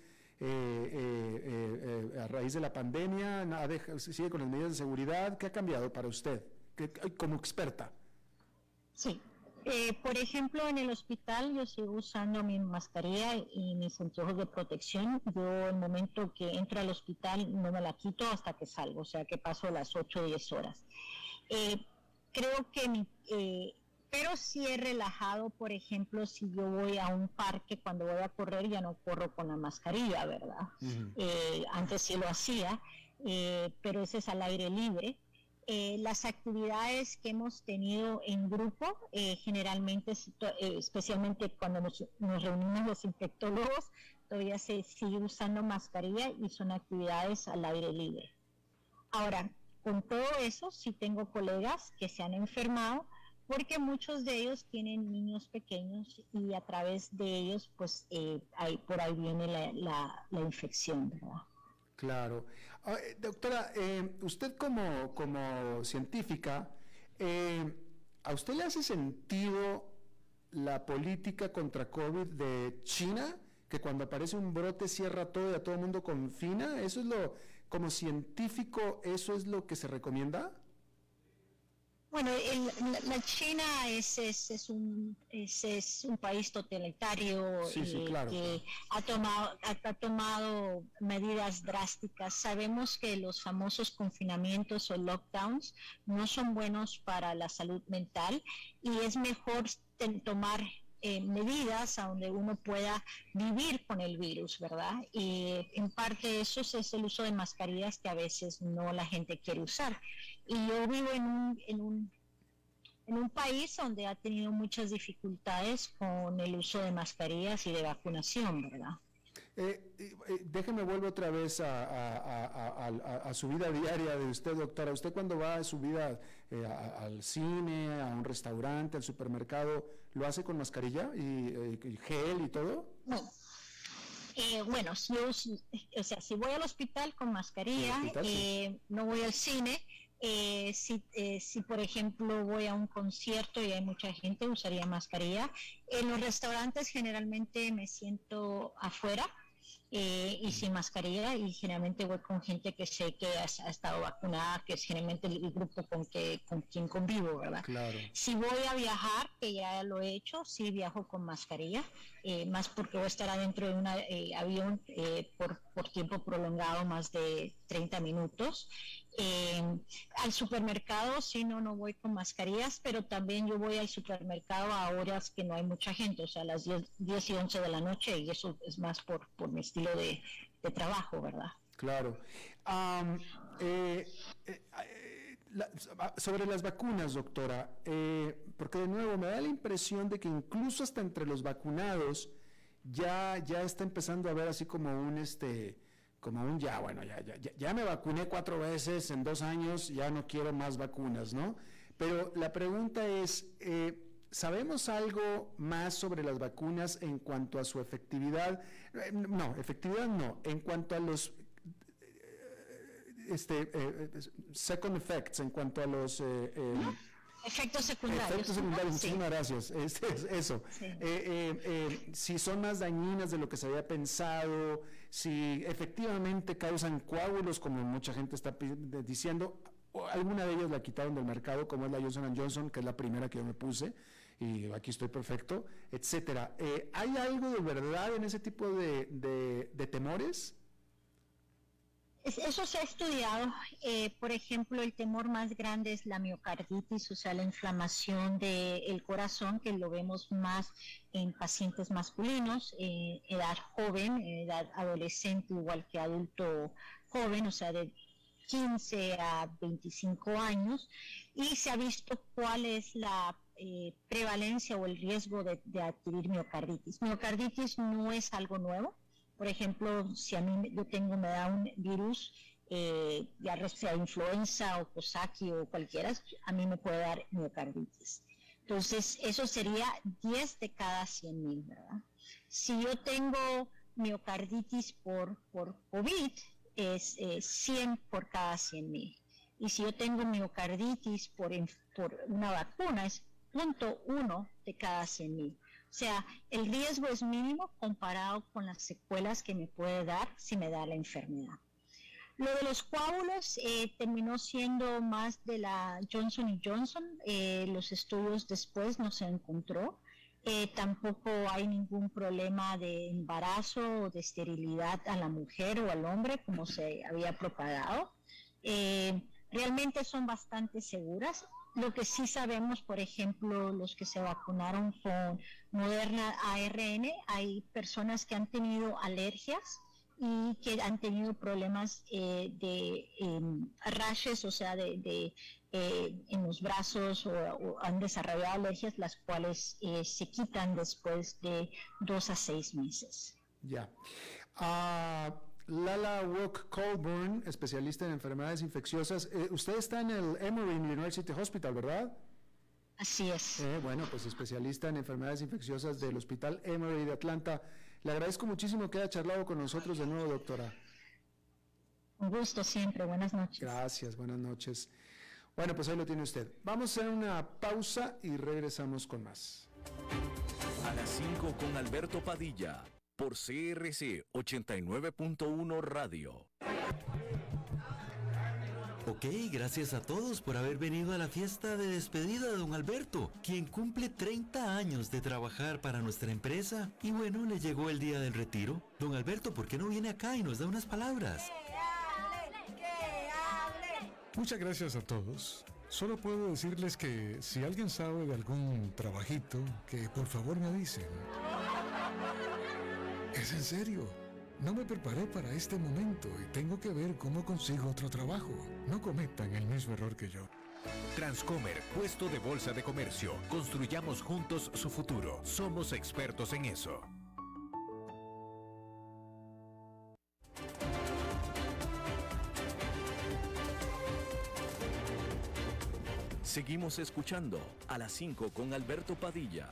a raíz de la pandemia? ¿Sigue con las medidas de seguridad? ¿Qué ha cambiado para usted como experta? Sí. Por ejemplo, en el hospital yo sigo usando mi mascarilla y mis anteojos de protección. Yo el momento que entro al hospital no me la quito hasta que salgo, o sea que paso las 8 o 10 horas. Creo que pero sí he relajado, por ejemplo, si yo voy a un parque, cuando voy a correr ya no corro con la mascarilla, ¿verdad? Uh-huh. Antes sí lo hacía, pero ese es al aire libre. Las actividades que hemos tenido en grupo, generalmente, especialmente cuando nos reunimos los infectólogos, todavía se sigue usando mascarilla y son actividades al aire libre. Ahora, con todo eso, sí tengo colegas que se han enfermado porque muchos de ellos tienen niños pequeños y a través de ellos, pues, por ahí viene la infección, ¿verdad? Claro. Doctora, usted como científica, ¿a usted le hace sentido la política contra COVID de China, que cuando aparece un brote cierra todo y a todo el mundo confina? ¿Eso es como científico, eso es lo que se recomienda? Bueno, la China es un país totalitario, sí, claro, que ha tomado medidas drásticas. Sabemos que los famosos confinamientos o lockdowns no son buenos para la salud mental y es mejor tomar medidas a donde uno pueda vivir con el virus, ¿verdad? Y en parte eso es el uso de mascarillas que a veces no la gente quiere usar. Y yo vivo en un país donde ha tenido muchas dificultades con el uso de mascarillas y de vacunación, ¿verdad? Déjeme vuelvo otra vez a su vida diaria de usted, doctora. ¿Usted cuando va a su vida al cine, a un restaurante, al supermercado, lo hace con mascarilla y gel y todo? No. Bueno, si voy al hospital con mascarilla, sí. No voy al cine. Si por ejemplo voy a un concierto y hay mucha gente, usaría mascarilla. En los restaurantes generalmente me siento afuera y sin mascarilla, y generalmente voy con gente que sé que ha estado vacunada, que es generalmente el grupo con quien convivo, ¿verdad? Claro. Si voy a viajar, que ya lo he hecho, sí viajo con mascarilla, más porque voy a estar adentro de un avión por tiempo prolongado, más de 30 minutos. Al supermercado sí no voy con mascarillas, pero también yo voy al supermercado a horas que no hay mucha gente, o sea, a las 10 y 11 de la noche, y eso es más por mi estilo de trabajo, ¿verdad? Claro. Sobre las vacunas, doctora, porque de nuevo me da la impresión de que incluso hasta entre los vacunados ya está empezando a haber así como ya me vacuné 4 veces en 2 años, ya no quiero más vacunas, ¿no? Pero la pregunta es, ¿sabemos algo más sobre las vacunas en cuanto a su efectividad? Efectividad no, en cuanto a los second effects, en cuanto a los... efectos secundarios. Efectos secundarios, sí. Muchísimas gracias. Eso. Sí. Si son más dañinas de lo que se había pensado, si efectivamente causan coágulos, como mucha gente está diciendo, o alguna de ellas la quitaron del mercado, como es la Johnson & Johnson, que es la primera que yo me puse, y aquí estoy perfecto, etcétera. ¿Hay algo de verdad en ese tipo de temores? Eso se ha estudiado. Por ejemplo, el temor más grande es la miocarditis, o sea, la inflamación del corazón, que lo vemos más en pacientes masculinos, edad joven, edad adolescente, igual que adulto joven, o sea, de 15 a 25 años, y se ha visto cuál es la prevalencia o el riesgo de adquirir miocarditis. Miocarditis no es algo nuevo. Por ejemplo, si a mí me da un virus, ya sea influenza o Coxsackie o cualquiera, a mí me puede dar miocarditis. Entonces, eso sería 10 de cada 100,000, ¿verdad? Si yo tengo miocarditis por COVID, es 100 por cada 100,000. Y si yo tengo miocarditis por una vacuna, es 0.1 de cada 100,000. O sea, el riesgo es mínimo comparado con las secuelas que me puede dar si me da la enfermedad. Lo de los coágulos terminó siendo más de la Johnson & Johnson. Los estudios después no se encontró. Tampoco hay ningún problema de embarazo o de esterilidad a la mujer o al hombre como se había propagado. Realmente son bastante seguras. Lo que sí sabemos, por ejemplo, los que se vacunaron con Moderna ARN, hay personas que han tenido alergias y que han tenido problemas de rashes, o sea, en los brazos, o han desarrollado alergias, las cuales se quitan después de 2 a 6 meses. Ya. Lala Walk Colburn, especialista en enfermedades infecciosas. Usted está en el Emory University Hospital, ¿verdad? Así es. Bueno, pues especialista en enfermedades infecciosas del Hospital Emory de Atlanta. Le agradezco muchísimo que haya charlado con nosotros de nuevo, doctora. Un gusto siempre. Buenas noches. Gracias, buenas noches. Bueno, pues ahí lo tiene usted. Vamos a hacer una pausa y regresamos con más. A las 5 con Alberto Padilla, por CRC 89.1 Radio. Ok, gracias a todos por haber venido a la fiesta de despedida de don Alberto, quien cumple 30 años de trabajar para nuestra empresa. Y bueno, le llegó el día del retiro. Don Alberto, ¿por qué no viene acá y nos da unas palabras? Muchas gracias a todos. Solo puedo decirles que si alguien sabe de algún trabajito, que por favor me avisen. Es en serio. No me preparé para este momento y tengo que ver cómo consigo otro trabajo. No cometan el mismo error que yo. Transcomer, puesto de bolsa de comercio. Construyamos juntos su futuro. Somos expertos en eso. Seguimos escuchando a las 5 con Alberto Padilla.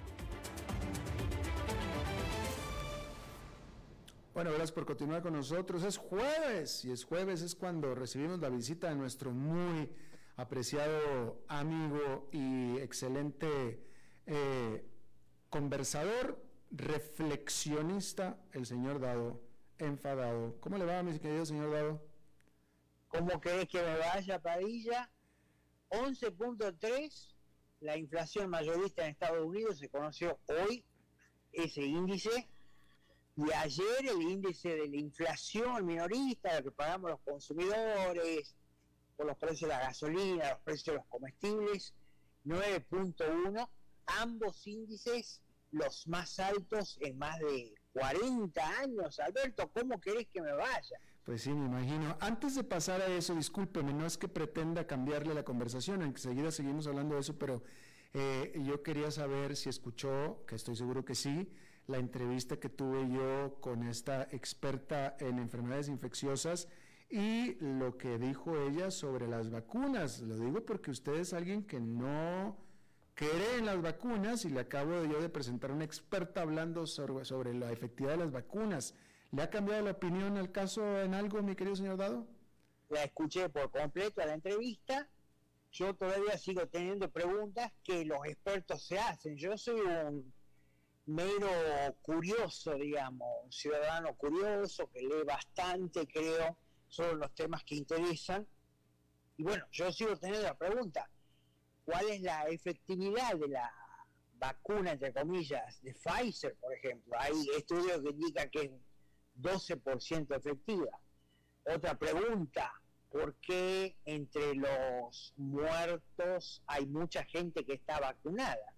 Bueno, gracias por continuar con nosotros. Es jueves, y es jueves es cuando recibimos la visita de nuestro muy apreciado amigo y excelente conversador, reflexionista, el señor Dado Enfadado. ¿Cómo le va, mi querido señor Dado? ¿Cómo querés que me vaya, Padilla? 11.3, la inflación mayorista en Estados Unidos, se conoció hoy ese índice, y ayer el índice de la inflación minorista, lo que pagamos los consumidores, por los precios de la gasolina, los precios de los comestibles, 9.1, ambos índices los más altos en más de 40 años. Alberto, ¿cómo querés que me vaya? Pues sí, me imagino. Antes de pasar a eso, discúlpeme, no es que pretenda cambiarle la conversación, enseguida seguimos hablando de eso, pero yo quería saber si escuchó, que estoy seguro que sí, la entrevista que tuve yo con esta experta en enfermedades infecciosas y lo que dijo ella sobre las vacunas. Lo digo porque usted es alguien que no cree en las vacunas y le acabo yo de presentar a una experta hablando sobre la efectividad de las vacunas. ¿Le ha cambiado la opinión al caso en algo, mi querido señor Dado? La escuché por completo a la entrevista. Yo todavía sigo teniendo preguntas que los expertos se hacen. Yo soy un mero curioso, digamos, un ciudadano curioso que lee bastante, creo, sobre los temas que interesan. Y bueno, yo sigo teniendo la pregunta, ¿cuál es la efectividad de la vacuna, entre comillas, de Pfizer, por ejemplo? Hay estudios que indican que es 12% efectiva. Otra pregunta, ¿por qué entre los muertos hay mucha gente que está vacunada?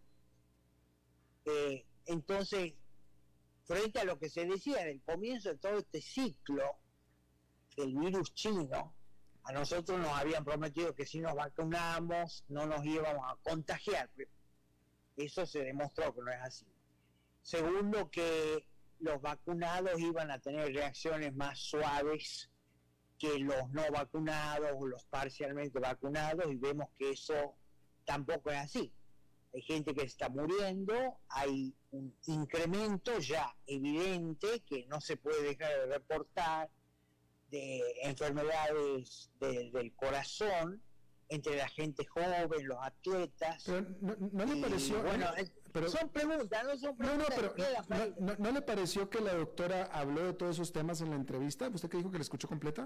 Entonces, frente a lo que se decía en el comienzo de todo este ciclo, el virus chino, a nosotros nos habían prometido que si nos vacunamos no nos íbamos a contagiar. Eso se demostró que no es así. Segundo, que los vacunados iban a tener reacciones más suaves que los no vacunados o los parcialmente vacunados, y vemos que eso tampoco es así. Hay gente que está muriendo, hay un incremento ya evidente que no se puede dejar de reportar de enfermedades del corazón entre la gente joven, los atletas. Pero no le pareció... Bueno, pero, son preguntas, no son preguntas. ¿No le pareció que la doctora habló de todos esos temas en la entrevista? ¿Usted que dijo que la escuchó completa?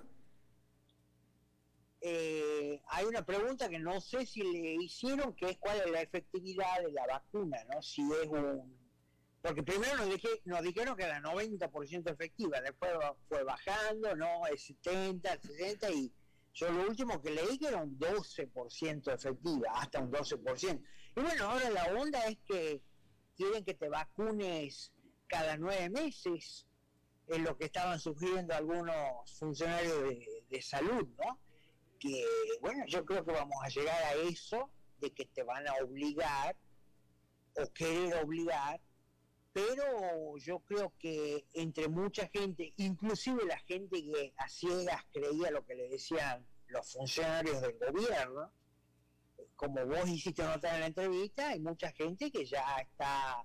Hay una pregunta que no sé si le hicieron, que es cuál es la efectividad de la vacuna, ¿no? Si es porque primero nos dijeron que era 90% efectiva, después fue bajando, no, es 70, 60, y yo lo último que leí que era un 12% efectiva, hasta un 12%. Y bueno, ahora la onda es que quieren que te vacunes cada 9 meses, es lo que estaban sugiriendo algunos funcionarios de salud, ¿no? Que, bueno, yo creo que vamos a llegar a eso, de que te van a obligar, o querer obligar, pero yo creo que entre mucha gente, inclusive la gente que a ciegas creía lo que le decían los funcionarios del gobierno, como vos hiciste notar en la entrevista, hay mucha gente que ya está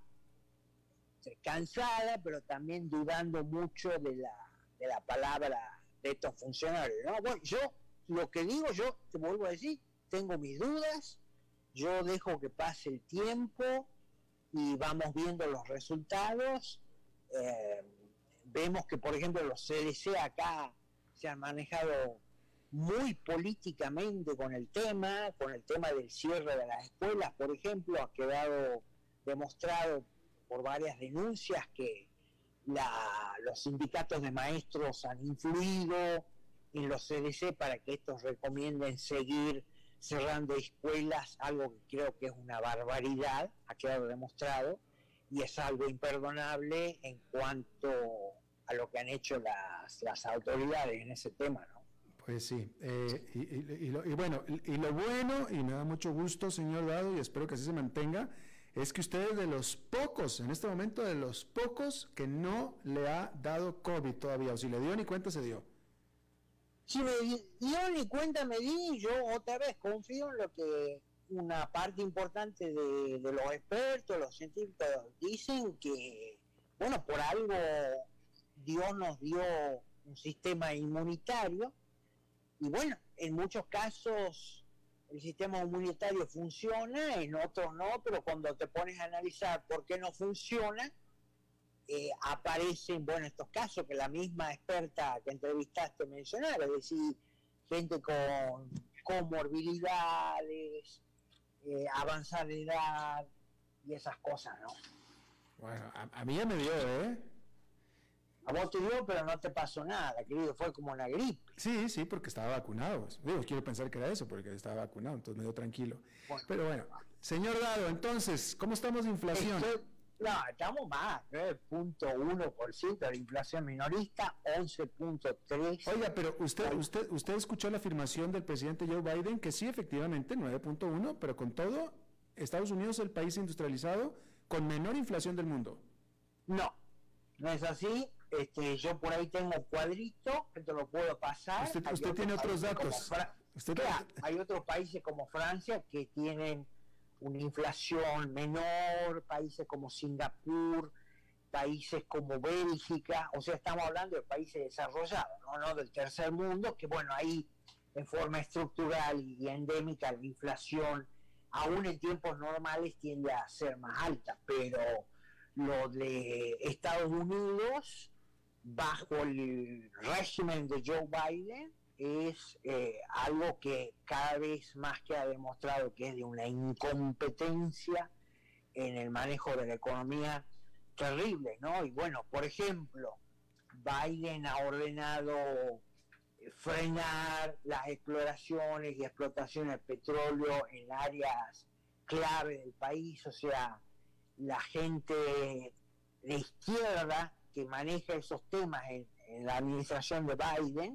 cansada, pero también dudando mucho de la palabra de estos funcionarios, ¿no? Bueno, yo lo que digo, yo te vuelvo a decir, tengo mis dudas, yo dejo que pase el tiempo y vamos viendo los resultados. Vemos que, por ejemplo, los CDC acá se han manejado muy políticamente con el tema del cierre de las escuelas, por ejemplo. Ha quedado demostrado por varias denuncias que los sindicatos de maestros han influido en los CDC para que estos recomienden seguir cerrando escuelas, algo que creo que es una barbaridad, ha quedado demostrado, y es algo imperdonable en cuanto a lo que han hecho las autoridades en ese tema, ¿no? Pues sí, y lo bueno, y me da mucho gusto, señor Dado, y espero que así se mantenga, es que usted es de los pocos, en este momento de los pocos que no le ha dado COVID todavía, o si le dio ni cuenta se dio. Si me dio ni cuenta me di, yo otra vez confío en lo que una parte importante de los expertos, los científicos dicen, que, bueno, por algo Dios nos dio un sistema inmunitario, y bueno, en muchos casos el sistema inmunitario funciona, en otros no, pero cuando te pones a analizar por qué no funciona, aparecen, bueno, estos casos que la misma experta que entrevistaste mencionaba, es decir, gente con comorbilidades, avanzada edad y esas cosas, ¿no? Bueno, a mí ya me dio, A vos te dio, pero no te pasó nada, querido, fue como una gripe. Sí, porque estaba vacunado. Digo, quiero pensar que era eso, porque estaba vacunado, entonces me dio tranquilo. Bueno, pero bueno, señor Dado, entonces, ¿cómo estamos de inflación? No, estamos más, 9.1% de la inflación minorista, 11.3%. Oiga, pero usted escuchó la afirmación del presidente Joe Biden que sí, efectivamente, 9.1%, pero con todo, Estados Unidos es el país industrializado con menor inflación del mundo. No es así. Yo por ahí tengo un cuadrito que te lo puedo pasar. Usted tiene otros datos. Hay otros países como Francia que tienen una inflación menor, países como Singapur, países como Bélgica, o sea, estamos hablando de países desarrollados, no del tercer mundo, que bueno, ahí en forma estructural y endémica la inflación, aún en tiempos normales, tiende a ser más alta, pero lo de Estados Unidos, bajo el régimen de Joe Biden, es algo que cada vez más queda demostrado que es de una incompetencia en el manejo de la economía terrible, ¿no? Y bueno, por ejemplo, Biden ha ordenado frenar las exploraciones y explotaciones de petróleo en áreas clave del país, o sea, la gente de izquierda que maneja esos temas en la administración de Biden,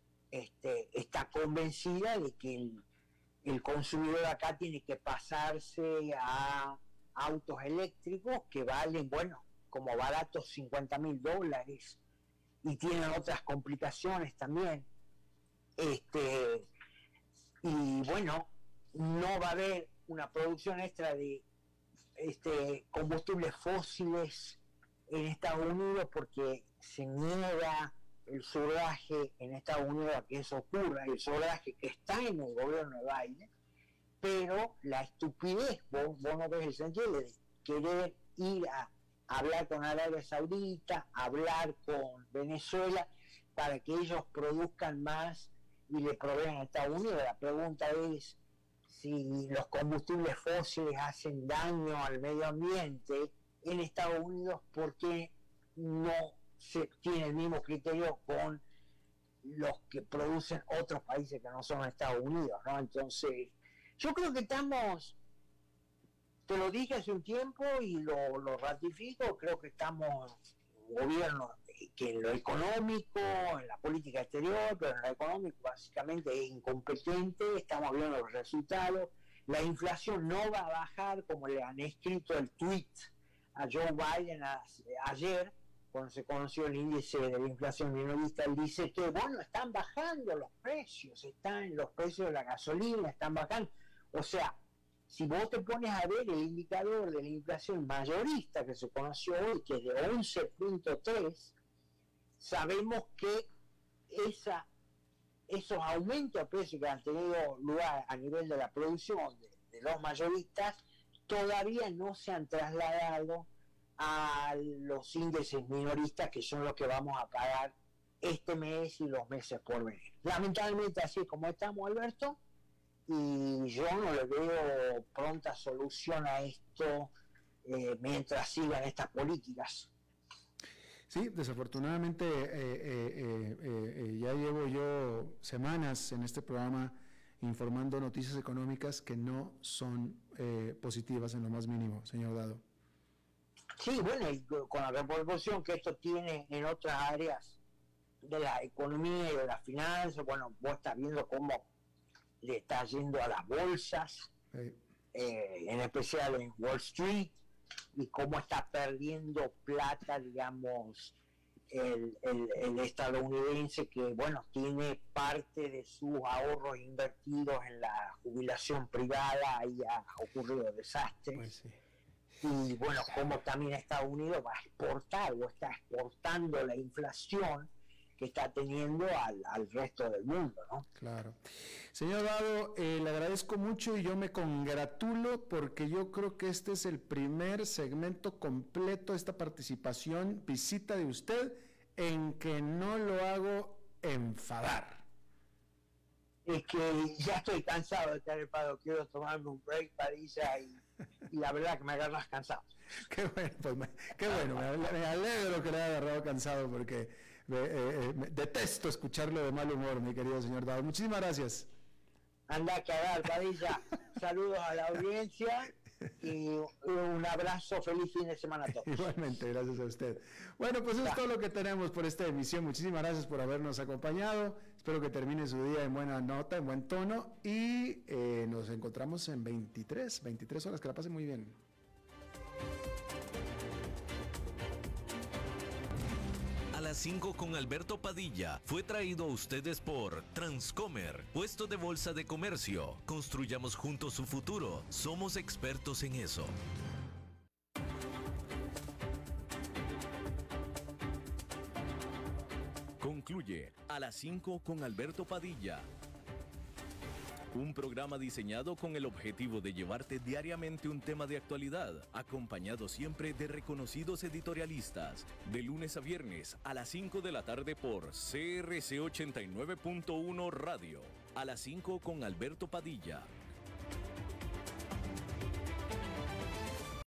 está convencida de que el consumidor acá tiene que pasarse a autos eléctricos que valen, bueno, como baratos $50,000 y tienen otras complicaciones también. Y bueno, no va a haber una producción extra de combustibles fósiles en Estados Unidos porque se niega el subraje en Estados Unidos a que eso ocurra, el subraje que está en el gobierno de Biden, pero la estupidez, vos no ves el sentido de querer ir a hablar con Arabia Saudita, hablar con Venezuela, para que ellos produzcan más y le provean a Estados Unidos. La pregunta es si los combustibles fósiles hacen daño al medio ambiente en Estados Unidos, ¿por qué no se tiene el mismo criterio con los que producen otros países que no son Estados Unidos, ¿no? Entonces, yo creo que estamos, te lo dije hace un tiempo y lo ratifico, creo que estamos un gobierno que en lo económico, en la política exterior, pero en lo económico básicamente es incompetente, estamos viendo los resultados, la inflación no va a bajar como le han escrito el tweet a Joe Biden ayer, cuando se conoció el índice de la inflación minorista. Él dice que, bueno, están bajando los precios de la gasolina, están bajando. O sea, si vos te pones a ver el indicador de la inflación mayorista que se conoció hoy, que es de 11.3, sabemos que esos aumentos de precios que han tenido lugar a nivel de la producción de los mayoristas todavía no se han trasladado a los índices minoristas, que son los que vamos a pagar este mes y los meses por venir. Lamentablemente, así como estamos, Alberto, y yo no le veo pronta solución a esto mientras sigan estas políticas. Sí, desafortunadamente ya llevo yo semanas en este programa informando noticias económicas que no son positivas en lo más mínimo, señor Dado. Sí, bueno, y con la repercusión que esto tiene en otras áreas de la economía y de la finanza, bueno, vos estás viendo cómo le está yendo a las bolsas, en especial en Wall Street, y cómo está perdiendo plata, digamos, el estadounidense, que, bueno, tiene parte de sus ahorros invertidos en la jubilación privada. Ahí ha ocurrido desastres. Pues sí. Y, bueno, como también Estados Unidos va a exportar o está exportando la inflación que está teniendo al resto del mundo, ¿no? Claro. Señor Dado, le agradezco mucho y yo me congratulo porque yo creo que este es el primer segmento completo, esta participación, visita de usted, en que no lo hago enfadar. Es que ya estoy cansado de estar enfadado, quiero tomarme un break, Padilla, y la verdad que me agarras cansado. Qué bueno, pues me alegro que le haya agarrado cansado porque detesto escucharlo de mal humor, mi querido señor Dado. Muchísimas gracias. Anda a cagar, Padilla. Saludos a la audiencia y un abrazo, feliz fin de semana a todos. Igualmente, gracias a usted. Bueno, pues eso es todo lo que tenemos por esta emisión. Muchísimas gracias por habernos acompañado. Espero que termine su día en buena nota, en buen tono, y nos encontramos en 23 horas. Que la pasen muy bien. A las 5 con Alberto Padilla fue traído a ustedes por Transcomer, puesto de bolsa de comercio. Construyamos juntos su futuro. Somos expertos en eso. Concluye A las 5 con Alberto Padilla. Un programa diseñado con el objetivo de llevarte diariamente un tema de actualidad, acompañado siempre de reconocidos editorialistas, de lunes a viernes a las 5 de la tarde por CRC 89.1 Radio. A las 5 con Alberto Padilla.